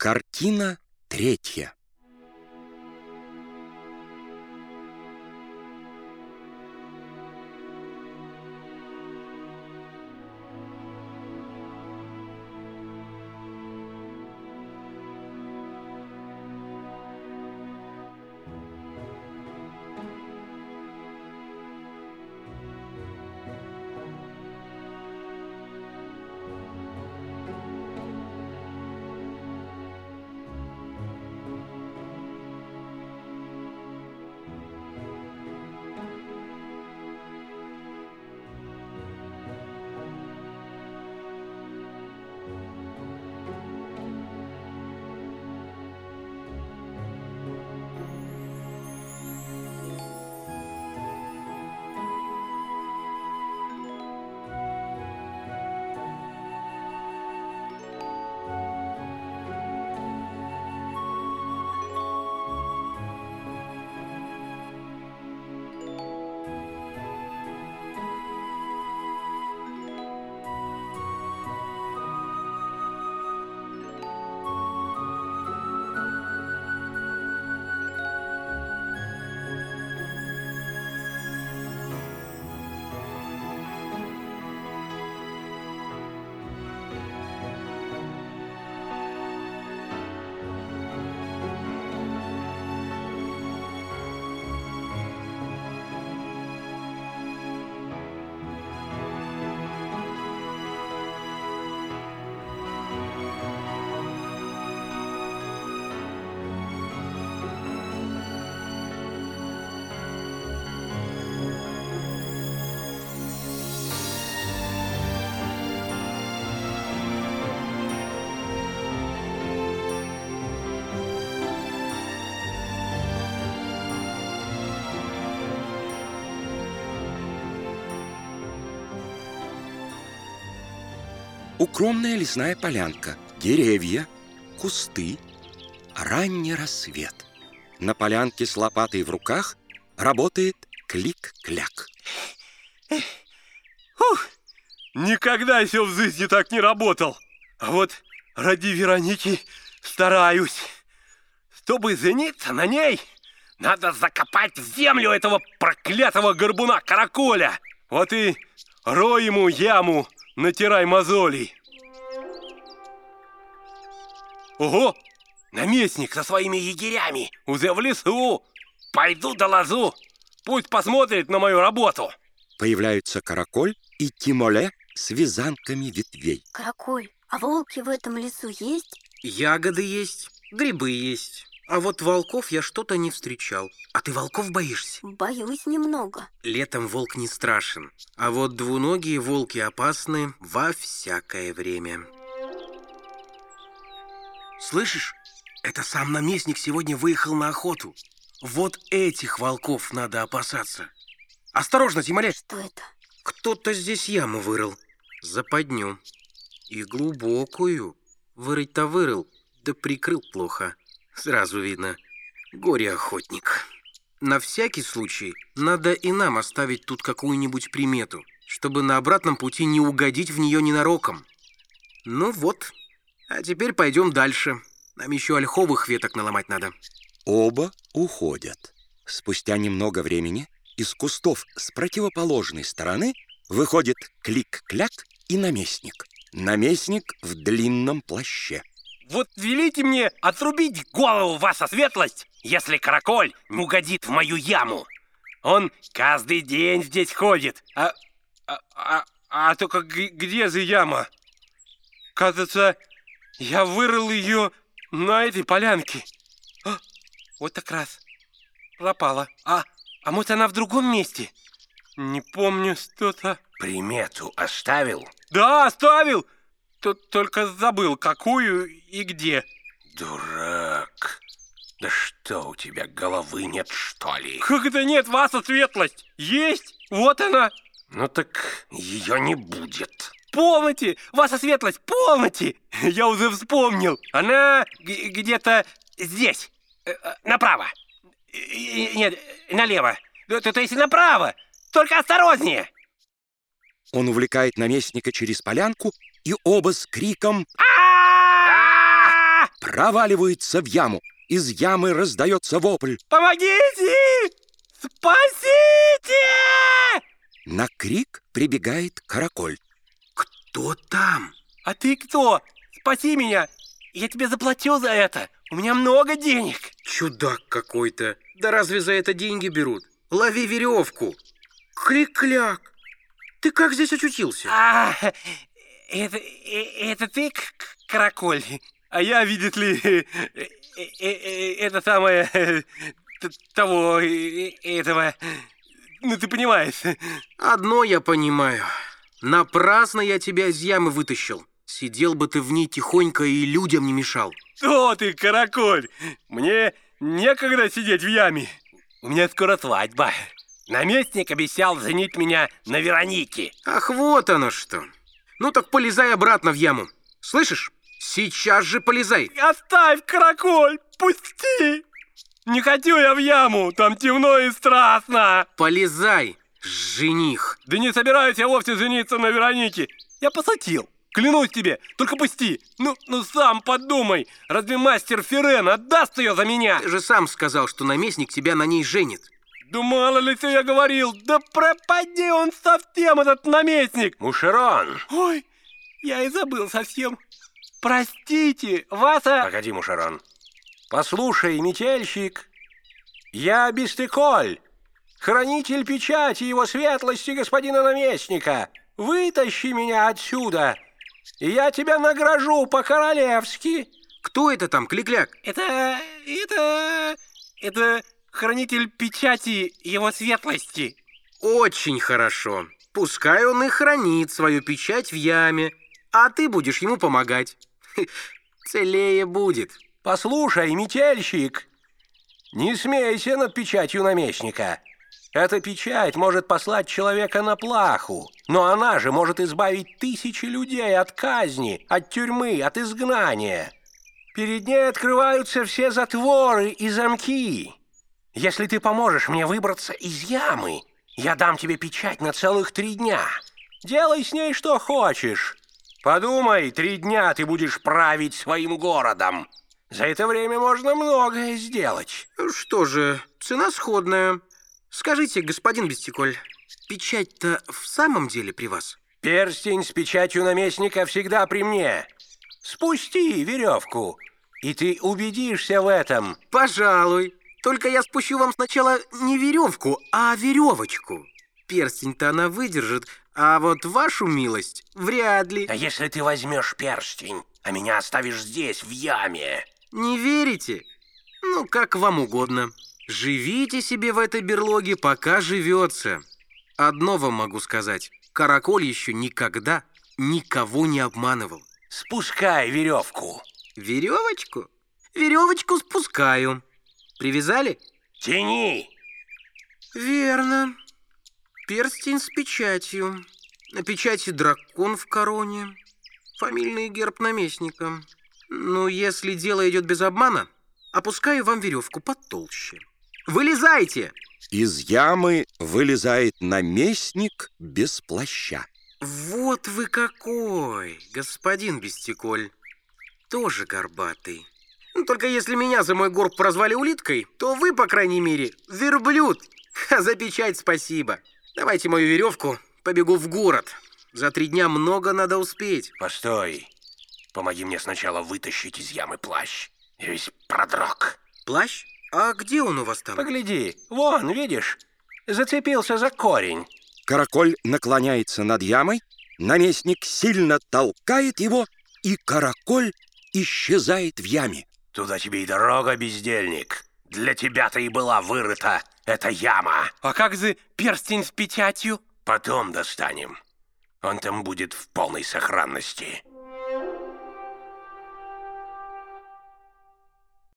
Картина третья. Укромная лесная полянка, деревья, кусты, ранний рассвет. На полянке с лопатой в руках работает Клик-Кляк. Никогда еще в жизни так не работал. А вот ради Вероники стараюсь. Чтобы жениться на ней, надо закопать в землю этого проклятого горбуна Караколя. Вот и рой ему яму, натирай мозолей. Ого! Наместник со своими егерями уже в лесу. Пойду доложу. Пусть посмотрит на мою работу. Появляются Караколь и Тимоле с вязанками ветвей. Караколь, а волки в этом лесу есть? Ягоды есть, грибы есть. А вот волков я что-то не встречал. А ты волков боишься? Боюсь немного. Летом волк не страшен. А вот двуногие волки опасны во всякое время. Слышишь? Это сам наместник сегодня выехал на охоту. Вот этих волков надо опасаться. Осторожно, Тимоле! Что это? Кто-то здесь яму вырыл. Западню. И глубокую. Вырыть-то вырыл, да прикрыл плохо. Сразу видно. Горе-охотник. На всякий случай надо и нам оставить тут какую-нибудь примету, чтобы на обратном пути не угодить в нее ненароком. Ну вот. А теперь пойдем дальше. Нам еще ольховых веток наломать надо. Оба уходят. Спустя немного времени из кустов с противоположной стороны выходит Клик-Кляк и наместник. Наместник в длинном плаще. Вот велите мне отрубить голову, ваша светлость, если Караколь не угодит в мою яму. Он каждый день здесь ходит. А только где же яма? Кажется, я вырыл ее на этой полянке. Вот так раз. Пропала. А может, она в другом месте? Не помню что-то. Примету оставил? Да, оставил. Только забыл, какую и где. Дурак. Да что, у тебя головы нет, что ли? Как это нет, ваша светлость? Есть, вот она. Ну так ее не будет. Полноте, ваша светлость, полноте. Я уже вспомнил. Она где-то здесь. Направо. Нет, налево. То есть направо. Только осторожнее. Он увлекает наместника через полянку, и оба с криком проваливается в яму. Из ямы раздается вопль. Помогите! Спасите! На крик прибегает караколь. Кто там? А ты кто? Спаси меня! Я тебе заплачу за это. У меня много денег. Чудак какой-то. Да разве за это деньги берут? Лови веревку. Клик-кляк. Ты как здесь очутился? Это ты, караколь? А я, видит ли, это самое, того, этого, ну ты понимаешь. Одно я понимаю. Напрасно я тебя из ямы вытащил. Сидел бы ты в ней тихонько и людям не мешал. Что ты, караколь? Мне некогда сидеть в яме. У меня скоро свадьба. Наместник обещал женить меня на Веронике. Ах, вот оно что. Ну так полезай обратно в яму. Слышишь? Сейчас же полезай. Оставь, караколь, пусти. Не хочу я в яму, там темно и страстно. Полезай, жених. Да не собираюсь я вовсе жениться на Веронике. Я пошутил. Клянусь тебе, только пусти. Ну сам подумай. Разве мастер Ферен отдаст ее за меня? Ты же сам сказал, что наместник тебя на ней женит. Да мало ли что я говорил. Да пропади он совсем, этот наместник. Мушерон! Ой, я и забыл совсем. Простите, Васа... Погоди, Мушерон. Послушай, метельщик, я Бестеколь, хранитель печати его светлости господина наместника. Вытащи меня отсюда, и я тебя награжу по-королевски. Кто это там, Кликляк? Это хранитель печати его светлости. Очень хорошо. Пускай он и хранит свою печать в яме, а ты будешь ему помогать. Целее будет. Послушай, метельщик, не смейся над печатью наместника. Эта печать может послать человека на плаху, но она же может избавить тысячи людей от казни, от тюрьмы, от изгнания. Перед ней открываются все затворы и замки. Если ты поможешь мне выбраться из ямы, я дам тебе печать на целых 3 дня. Делай с ней что хочешь. Подумай, 3 дня ты будешь править своим городом. За это время можно многое сделать. Что же, цена сходная. Скажите, господин Бестеколь, печать-то в самом деле при вас? Перстень с печатью наместника всегда при мне. Спусти веревку, и ты убедишься в этом. Пожалуй. Только я спущу вам сначала не веревку, а веревочку. Перстень-то она выдержит, а вот вашу милость вряд ли. А если ты возьмешь перстень, а меня оставишь здесь, в яме? Не верите? Ну, как вам угодно. Живите себе в этой берлоге, пока живется. Одно вам могу сказать. Караколь еще никогда никого не обманывал. Спускай веревку. Веревочку? Веревочку спускаю. Привязали? Тяни. Верно. Перстень с печатью. На печати дракон в короне. Фамильный герб наместника. Ну, если дело идет без обмана, опускаю вам веревку потолще. Вылезайте! Из ямы вылезает наместник без плаща. Вот вы какой, господин Бестеколь. Тоже горбатый. Ну, только если меня за мой горб прозвали улиткой, то вы, по крайней мере, верблюд. За печать спасибо. Давайте мою веревку, побегу в город. За 3 дня много надо успеть. Постой. Помоги мне сначала вытащить из ямы плащ. Я весь продрог. Плащ? А где он у вас там? Погляди, вон, видишь? Зацепился за корень. Караколь наклоняется над ямой, наместник сильно толкает его, и караколь исчезает в яме. Туда тебе и дорога, бездельник. Для тебя-то и была вырыта эта яма. А как же перстень с печатью? Потом достанем. Он там будет в полной сохранности.